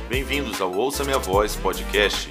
Bem-vindos ao Ouça Minha Voz podcast.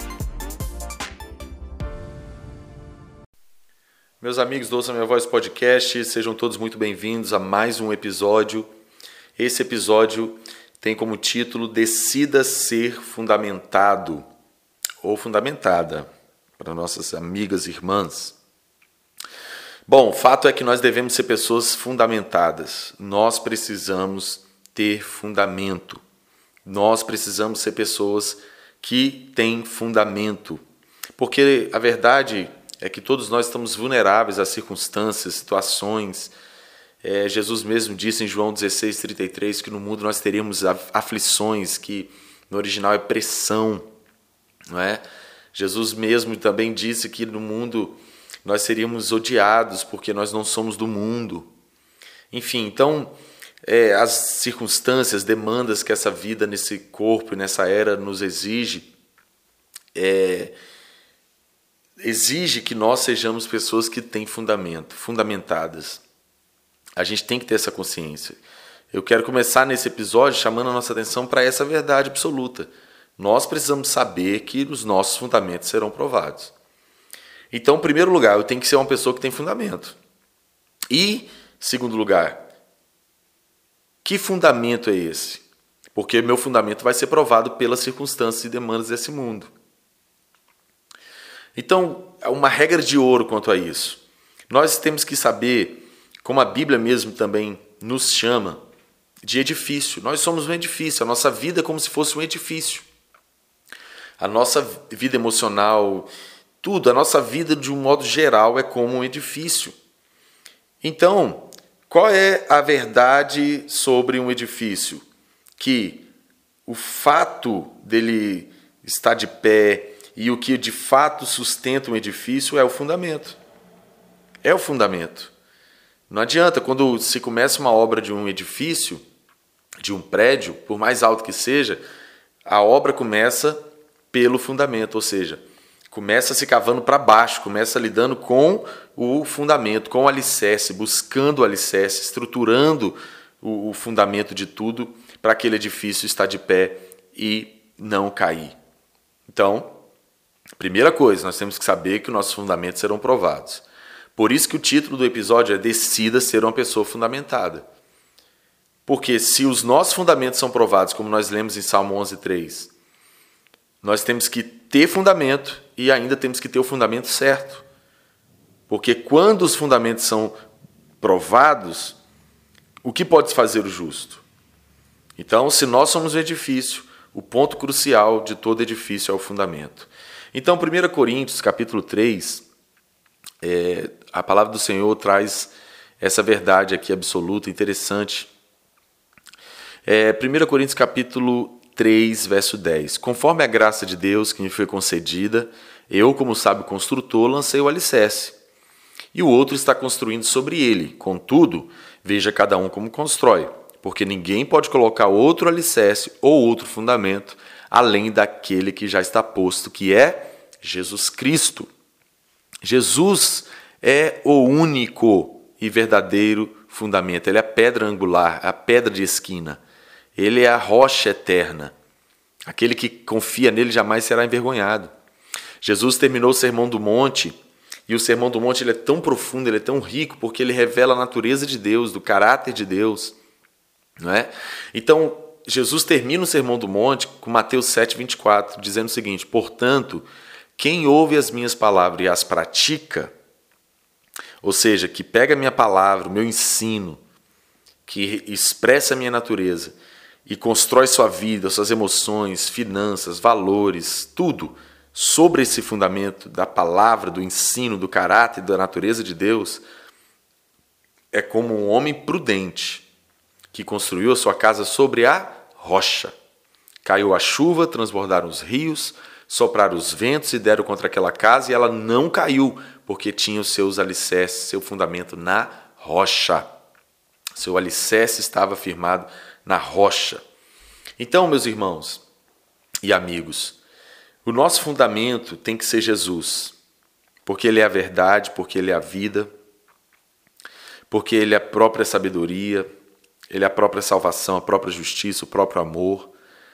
Meus amigos do Ouça Minha Voz podcast, sejam todos muito bem-vindos a mais um episódio. Esse episódio tem como título Decida Ser Fundamentado ou Fundamentada, para nossas amigas e irmãs. Bom, o fato é que nós devemos ser pessoas fundamentadas. Nós precisamos ter fundamento. Nós precisamos ser pessoas que têm fundamento. Porque a verdade é que todos nós estamos vulneráveis a circunstâncias, situações. Jesus mesmo disse em João 16:33 que no mundo nós teríamos aflições, que no original é pressão, não é? Jesus mesmo também disse que no mundo nós seríamos odiados porque nós não somos do mundo. Enfim, então as circunstâncias, demandas que essa vida nesse corpo e nessa era nos exige que nós sejamos pessoas que têm fundamento, fundamentadas. A gente tem que ter essa consciência. Eu quero começar nesse episódio chamando a nossa atenção para essa verdade absoluta. Nós precisamos saber que os nossos fundamentos serão provados. Então, em primeiro lugar, eu tenho que ser uma pessoa que tem fundamento. E, segundo lugar, que fundamento é esse? Porque meu fundamento vai ser provado pelas circunstâncias e demandas desse mundo. Então, é uma regra de ouro quanto a isso. Nós temos que saber, como a Bíblia mesmo também nos chama, de edifício. Nós somos um edifício, a nossa vida é como se fosse um edifício. A nossa vida emocional, tudo, a nossa vida de um modo geral é como um edifício. Então, qual é a verdade sobre um edifício? Que o fato dele estar de pé e o que de fato sustenta um edifício é o fundamento. É o fundamento. Não adianta, quando se começa uma obra de um edifício, de um prédio, por mais alto que seja, a obra começa pelo fundamento, ou seja, começa se cavando para baixo, começa lidando com o fundamento, com o alicerce, buscando o alicerce, estruturando o fundamento de tudo para aquele edifício estar de pé e não cair. Então, primeira coisa, nós temos que saber que os nossos fundamentos serão provados. Por isso que o título do episódio é Decida Ser uma Pessoa Fundamentada. Porque se os nossos fundamentos são provados, como nós lemos em Salmo 11:3, nós temos que ter fundamento e ainda temos que ter o fundamento certo. Porque quando os fundamentos são provados, o que pode fazer o justo? Então, se nós somos um edifício, o ponto crucial de todo edifício é o fundamento. Então, 1 Coríntios, capítulo 3, a palavra do Senhor traz essa verdade aqui absoluta, interessante. 1 Coríntios, capítulo 3, verso 10. Conforme a graça de Deus que me foi concedida, eu, como sábio construtor, lancei o alicerce, e o outro está construindo sobre ele. Contudo, veja cada um como constrói, porque ninguém pode colocar outro alicerce ou outro fundamento, além daquele que já está posto, que é Jesus Cristo. Jesus é o único e verdadeiro fundamento. Ele é a pedra angular, a pedra de esquina. Ele é a rocha eterna. Aquele que confia nele jamais será envergonhado. Jesus terminou o Sermão do Monte, e o Sermão do Monte ele é tão profundo, ele é tão rico, porque ele revela a natureza de Deus, do caráter de Deus. Não é? Então, Jesus termina o Sermão do Monte com Mateus 7:24, dizendo o seguinte: portanto, quem ouve as minhas palavras e as pratica, ou seja, que pega a minha palavra, o meu ensino, que expressa a minha natureza e constrói sua vida, suas emoções, finanças, valores, tudo sobre esse fundamento da palavra, do ensino, do caráter, da natureza de Deus, é como um homem prudente que construiu a sua casa sobre a rocha. Caiu a chuva, transbordaram os rios, sopraram os ventos e deram contra aquela casa, e ela não caiu, porque tinha os seus alicerces, seu fundamento na rocha. Seu alicerce estava firmado na rocha. Então, meus irmãos e amigos, o nosso fundamento tem que ser Jesus, porque Ele é a verdade, porque Ele é a vida, porque Ele é a própria sabedoria, Ele é a própria salvação, a própria justiça, o próprio amor.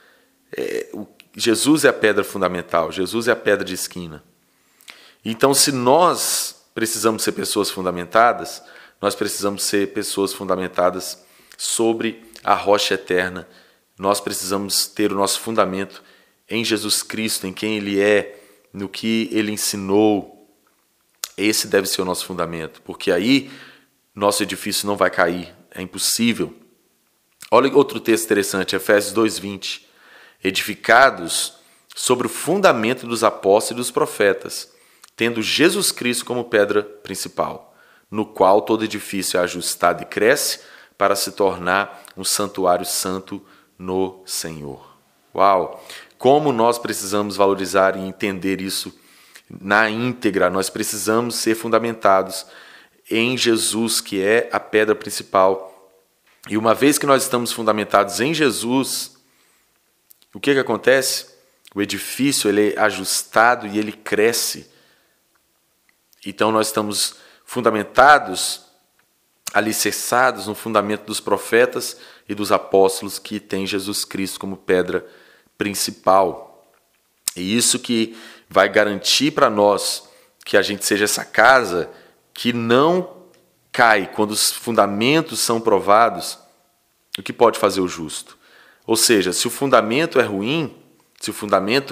Jesus é a pedra fundamental, Jesus é a pedra de esquina. Então, se nós precisamos ser pessoas fundamentadas, nós precisamos ser pessoas fundamentadas sobre a rocha eterna. Nós precisamos ter o nosso fundamento em Jesus Cristo, em quem Ele é, no que Ele ensinou. Esse deve ser o nosso fundamento, porque aí nosso edifício não vai cair, é impossível. Olha outro texto interessante, Efésios 2:20. Edificados sobre o fundamento dos apóstolos e dos profetas, tendo Jesus Cristo como pedra principal, no qual todo edifício é ajustado e cresce para se tornar um santuário santo no Senhor. Uau! Como nós precisamos valorizar e entender isso na íntegra. Nós precisamos ser fundamentados em Jesus, que é a pedra principal. E uma vez que nós estamos fundamentados em Jesus, o que acontece? O edifício ele é ajustado e ele cresce. Então nós estamos fundamentados, alicerçados no fundamento dos profetas e dos apóstolos, que tem Jesus Cristo como pedra principal. E isso que vai garantir para nós que a gente seja essa casa que não cai quando os fundamentos são provados. O que pode fazer o justo? Ou seja, se o fundamento é ruim, se o fundamento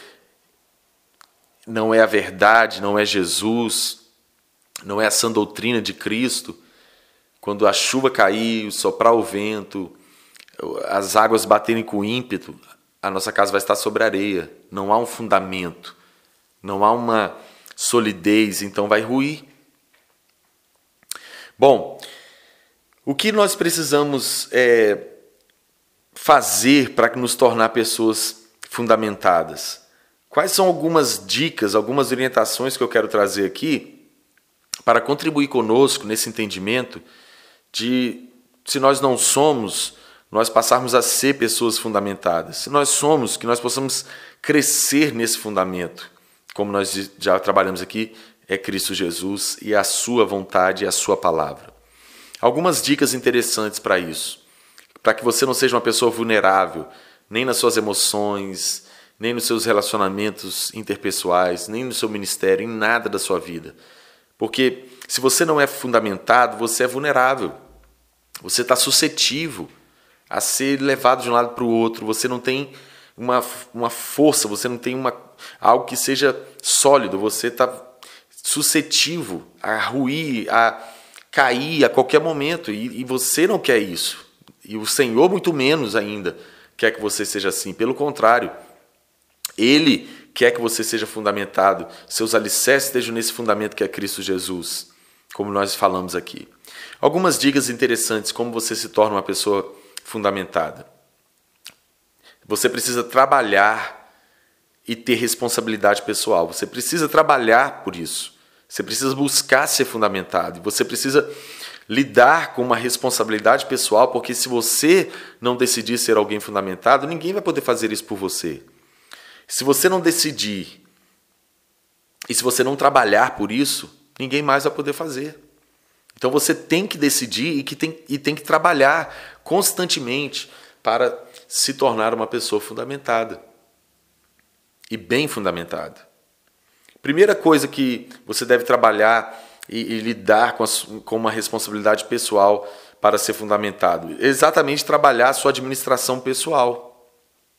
não é a verdade, não é Jesus, não é a sã doutrina de Cristo, quando a chuva cair, soprar o vento, as águas baterem com ímpeto, a nossa casa vai estar sobre areia. Não há um fundamento, não há uma solidez, então vai ruir. Bom, o que nós precisamos fazer para nos tornar pessoas fundamentadas? Quais são algumas dicas, algumas orientações que eu quero trazer aqui para contribuir conosco nesse entendimento de, se nós não somos, nós passarmos a ser pessoas fundamentadas. Se nós somos, que nós possamos crescer nesse fundamento. Como nós já trabalhamos aqui, é Cristo Jesus e a sua vontade e a sua palavra. Algumas dicas interessantes para isso. Para que você não seja uma pessoa vulnerável, nem nas suas emoções, nem nos seus relacionamentos interpessoais, nem no seu ministério, em nada da sua vida. Porque se você não é fundamentado, você é vulnerável. Você está suscetível a ser levado de um lado para o outro. Você não tem uma força, você não tem algo que seja sólido. Você está suscetível a ruir, a cair a qualquer momento. E você não quer isso. E o Senhor, muito menos ainda, quer que você seja assim. Pelo contrário, Ele quer que você seja fundamentado, seus alicerces estejam nesse fundamento que é Cristo Jesus, como nós falamos aqui. Algumas dicas interessantes, como você se torna uma pessoa fundamentada. Você precisa trabalhar e ter responsabilidade pessoal. Você precisa trabalhar por isso. Você precisa buscar ser fundamentado. Você precisa lidar com uma responsabilidade pessoal, porque se você não decidir ser alguém fundamentado, ninguém vai poder fazer isso por você. Se você não decidir e se você não trabalhar por isso, ninguém mais vai poder fazer. Então você tem que decidir e tem que trabalhar constantemente para se tornar uma pessoa fundamentada e bem fundamentada. Primeira coisa que você deve trabalhar e lidar com uma responsabilidade pessoal para ser fundamentado. Exatamente trabalhar a sua administração pessoal.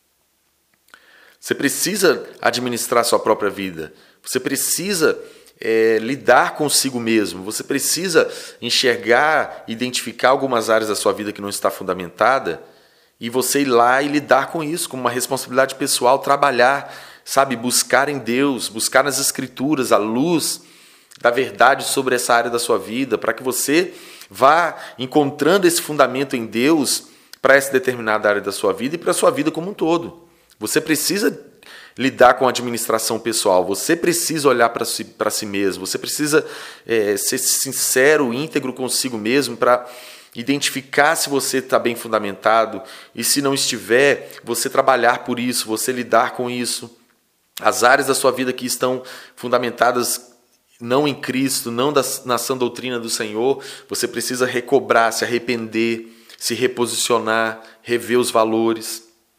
Você precisa administrar a sua própria vida. Você precisa lidar consigo mesmo. Você precisa enxergar, identificar algumas áreas da sua vida que não está fundamentada e você ir lá e lidar com isso, como uma responsabilidade pessoal, trabalhar, sabe, buscar em Deus, buscar nas Escrituras a luz da verdade sobre essa área da sua vida, para que você vá encontrando esse fundamento em Deus para essa determinada área da sua vida e para a sua vida como um todo. Você precisa lidar com a administração pessoal, você precisa olhar para si mesmo, você precisa ser sincero, íntegro consigo mesmo para identificar se você está bem fundamentado e se não estiver, você trabalhar por isso, você lidar com isso. As áreas da sua vida que estão fundamentadas não em Cristo, não na sã doutrina do Senhor, você precisa recobrar, se arrepender, se reposicionar, rever os valores.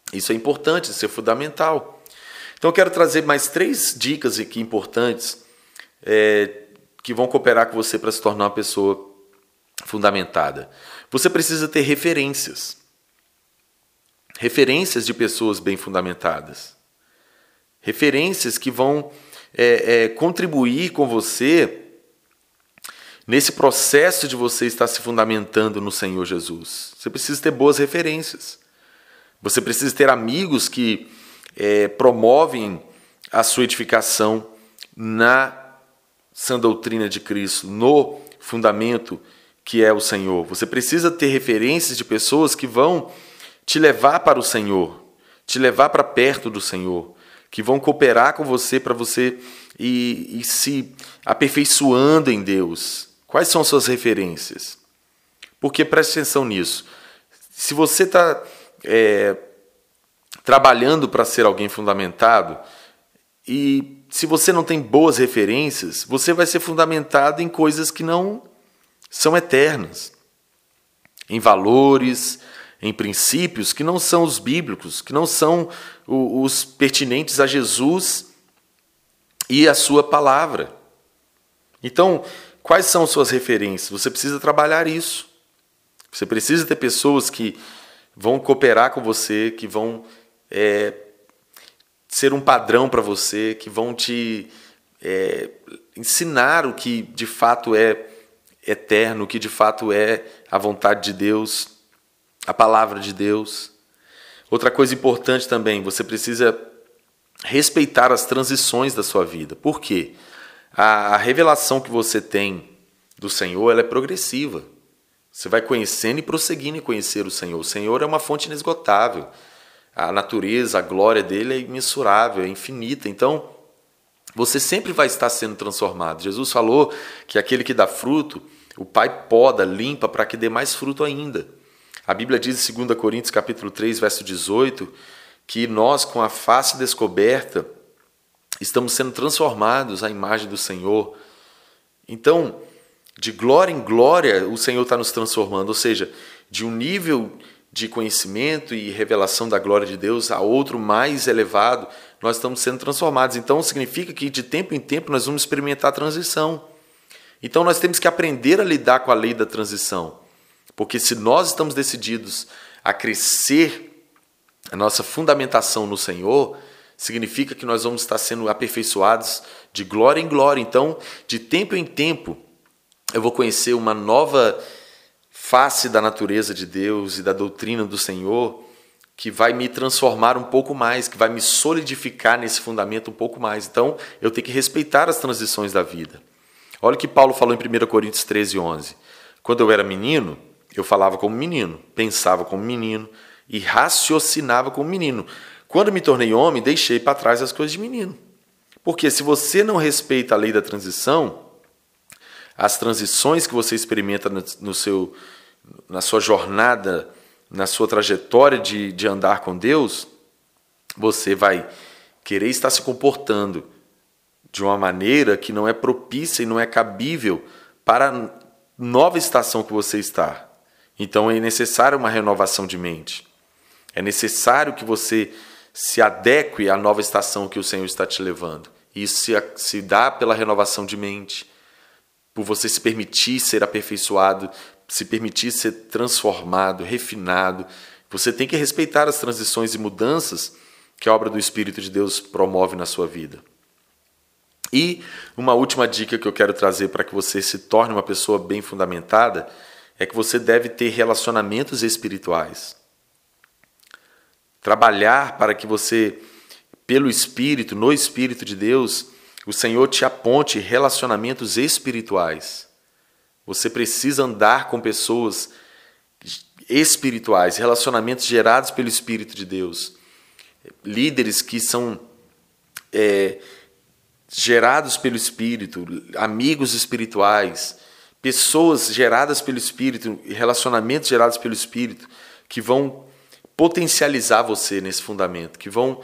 Isso é importante, isso é fundamental. Então eu quero trazer mais 3 dicas aqui importantes que vão cooperar com você para se tornar uma pessoa fundamentada. Você precisa ter referências. Referências de pessoas bem fundamentadas. Referências que vão contribuir com você nesse processo de você estar se fundamentando no Senhor Jesus. Você precisa ter boas referências. Você precisa ter amigos que promovem a sua edificação na sã doutrina de Cristo, no fundamento que é o Senhor. Você precisa ter referências de pessoas que vão te levar para o Senhor, te levar para perto do Senhor, que vão cooperar com você para você ir se aperfeiçoando em Deus. Quais são suas referências? Porque preste atenção nisso. Se você está trabalhando para ser alguém fundamentado, e se você não tem boas referências, você vai ser fundamentado em coisas que não são eternas, em valores, em princípios que não são os bíblicos, que não são os pertinentes a Jesus e a sua palavra. Então, quais são suas referências? Você precisa trabalhar isso. Você precisa ter pessoas que vão cooperar com você, que vão ser um padrão para você, que vão te ensinar o que de fato é eterno, o que de fato é a vontade de Deus, a palavra de Deus. Outra coisa importante também, você precisa respeitar as transições da sua vida. Por quê? A revelação que você tem do Senhor, ela é progressiva. Você vai conhecendo e prosseguindo em conhecer o Senhor. O Senhor é uma fonte inesgotável. A natureza, a glória dele é imensurável, é infinita. Então, você sempre vai estar sendo transformado. Jesus falou que aquele que dá fruto, o Pai poda, limpa para que dê mais fruto ainda. A Bíblia diz em 2 Coríntios capítulo 3, verso 18, que nós, com a face descoberta, estamos sendo transformados à imagem do Senhor. Então, de glória em glória, o Senhor está nos transformando. Ou seja, de um nível de conhecimento e revelação da glória de Deus a outro mais elevado, nós estamos sendo transformados. Então, significa que de tempo em tempo nós vamos experimentar a transição. Então, nós temos que aprender a lidar com a lei da transição. Porque se nós estamos decididos a crescer a nossa fundamentação no Senhor, significa que nós vamos estar sendo aperfeiçoados de glória em glória. Então, de tempo em tempo, eu vou conhecer uma nova face da natureza de Deus e da doutrina do Senhor, que vai me transformar um pouco mais, que vai me solidificar nesse fundamento um pouco mais. Então, eu tenho que respeitar as transições da vida. Olha o que Paulo falou em 1 Coríntios 13, 11. Quando eu era menino, eu falava como menino, pensava como menino e raciocinava como menino. Quando me tornei homem, deixei para trás as coisas de menino. Porque se você não respeita a lei da transição, as transições que você experimenta na sua jornada, na sua trajetória de andar com Deus, você vai querer estar se comportando de uma maneira que não é propícia e não é cabível para a nova estação que você está. Então é necessário uma renovação de mente. É necessário que você se adeque à nova estação que o Senhor está te levando. Isso se dá pela renovação de mente, por você se permitir ser aperfeiçoado, se permitir ser transformado, refinado. Você tem que respeitar as transições e mudanças que a obra do Espírito de Deus promove na sua vida. E uma última dica que eu quero trazer para que você se torne uma pessoa bem fundamentada é que você deve ter relacionamentos espirituais. Trabalhar para que você, pelo Espírito, no Espírito de Deus, o Senhor te aponte relacionamentos espirituais. Você precisa andar com pessoas espirituais, relacionamentos gerados pelo Espírito de Deus. Líderes que são gerados pelo Espírito, amigos espirituais, pessoas geradas pelo Espírito, relacionamentos gerados pelo Espírito, que vão potencializar você nesse fundamento, que vão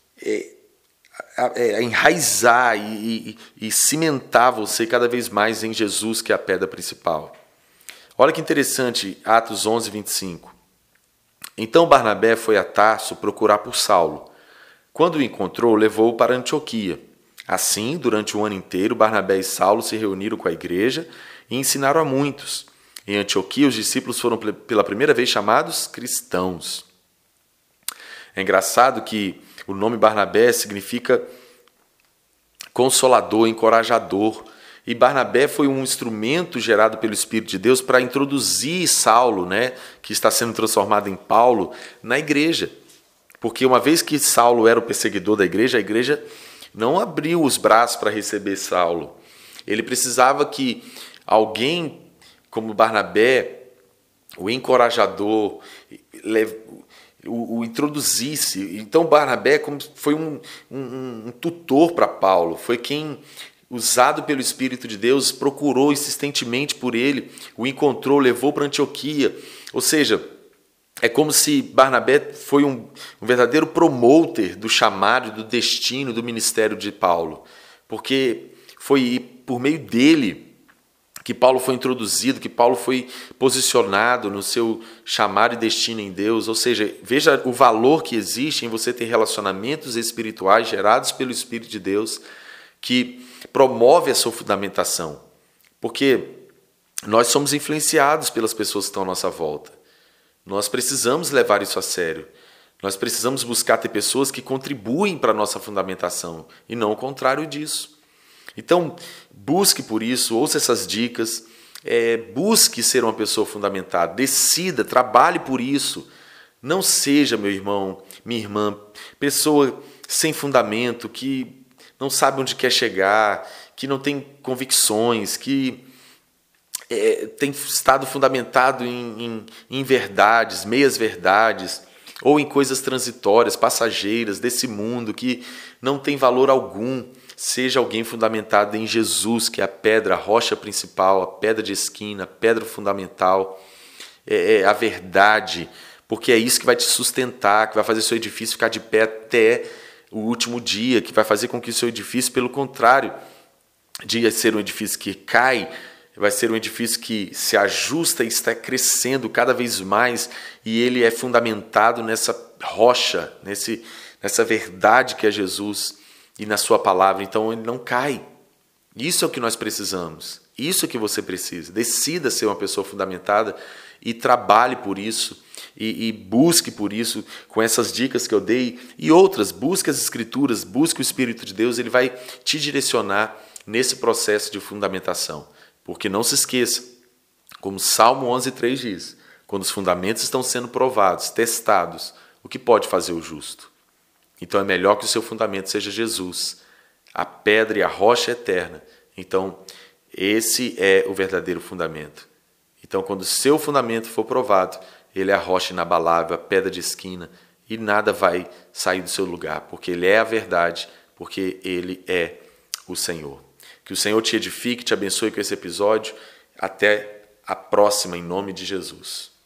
enraizar e cimentar você cada vez mais em Jesus, que é a pedra principal. Olha que interessante, Atos 11, 25. Então Barnabé foi a Tarso procurar por Saulo. Quando o encontrou, levou-o para Antioquia. Assim, durante o ano inteiro, Barnabé e Saulo se reuniram com a igreja e ensinaram a muitos. Em Antioquia, os discípulos foram pela primeira vez chamados cristãos. É engraçado que o nome Barnabé significa consolador, encorajador. E Barnabé foi um instrumento gerado pelo Espírito de Deus para introduzir Saulo, que está sendo transformado em Paulo, na igreja. Porque uma vez que Saulo era o perseguidor da igreja, a igreja não abriu os braços para receber Saulo. Ele precisava que alguém como Barnabé, o encorajador, o introduzisse. Então Barnabé foi um tutor para Paulo, foi quem, usado pelo Espírito de Deus, procurou insistentemente por ele, o encontrou, levou para Antioquia. Ou seja, é como se Barnabé foi um verdadeiro promotor do chamado, do destino, do ministério de Paulo, porque foi por meio dele que Paulo foi introduzido, que Paulo foi posicionado no seu chamado e destino em Deus. Ou seja, veja o valor que existe em você ter relacionamentos espirituais gerados pelo Espírito de Deus, que promove a sua fundamentação. Porque nós somos influenciados pelas pessoas que estão à nossa volta. Nós precisamos levar isso a sério. Nós precisamos buscar ter pessoas que contribuem para a nossa fundamentação, e não o contrário disso. Então, busque por isso, ouça essas dicas, busque ser uma pessoa fundamentada, decida, trabalhe por isso. Não seja, meu irmão, minha irmã, pessoa sem fundamento, que não sabe onde quer chegar, que não tem convicções, que tem estado fundamentado em verdades, meias verdades, ou em coisas transitórias, passageiras desse mundo, que não tem valor algum. Seja alguém fundamentado em Jesus, que é a pedra, a rocha principal, a pedra de esquina, a pedra fundamental, a verdade, porque é isso que vai te sustentar, que vai fazer seu edifício ficar de pé até o último dia, que vai fazer com que o seu edifício, pelo contrário, de ser um edifício que cai, vai ser um edifício que se ajusta e está crescendo cada vez mais, e ele é fundamentado nessa rocha, nessa verdade que é Jesus, e na sua palavra. Então ele não cai. Isso é o que nós precisamos. Isso é o que você precisa. Decida ser uma pessoa fundamentada e trabalhe por isso e busque por isso com essas dicas que eu dei e outras. Busque as Escrituras, busque o Espírito de Deus. Ele vai te direcionar nesse processo de fundamentação. Porque não se esqueça, como Salmo 11:3 diz, quando os fundamentos estão sendo provados, testados, o que pode fazer o justo? Então é melhor que o seu fundamento seja Jesus, a pedra e a rocha eterna. Então esse é o verdadeiro fundamento. Então quando o seu fundamento for provado, ele é a rocha inabalável, a pedra de esquina, e nada vai sair do seu lugar, porque ele é a verdade, porque ele é o Senhor. Que o Senhor te edifique, te abençoe com esse episódio. Até a próxima, em nome de Jesus.